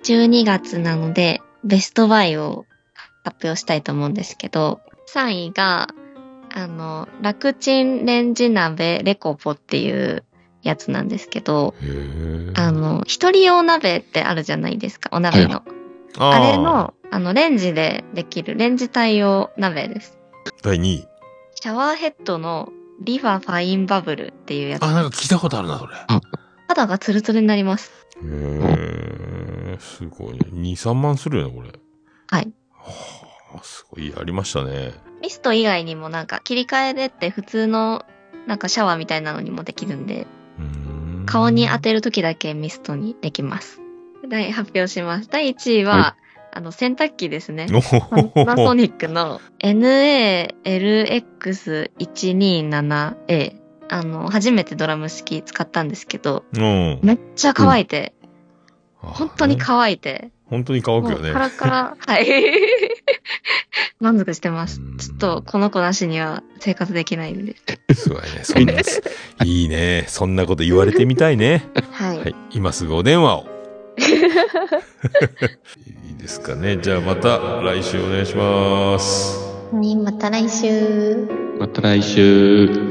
12月なので、ベストバイを発表したいと思うんですけど、3位が、楽ちんレンジ鍋レコポっていうやつなんですけど、一人用鍋ってあるじゃないですか、お鍋の。あれの、レンジでできる、レンジ対応鍋です。 第2位。 シャワーヘッドのリファファインバブルっていうやつ。 なんか聞いたことあるな、それ。 肌がツルツルになります。 すごいね。2、3万するよね、これ。 はい。 すごい、ありましたね。 ミスト以外にもなんか切り替えでって普通のなんかシャワーみたいなのにもできるんで、顔に当てるときだけミストにできます。発表します。第1位は、洗濯機ですね。パナソニックの NALX127A。初めてドラム式使ったんですけど、めっちゃ乾いて、本当に乾いて。 本当に乾くよね。 カラカラ、はい。満足してます。ちょっと、この子なしには生活できないんで。 すごいね。そんな、いいね。そんなこと言われてみたいね。 はい。 今すぐお電話を。いいですかね。じゃあまた来週お願いします。 また来週。 また来週。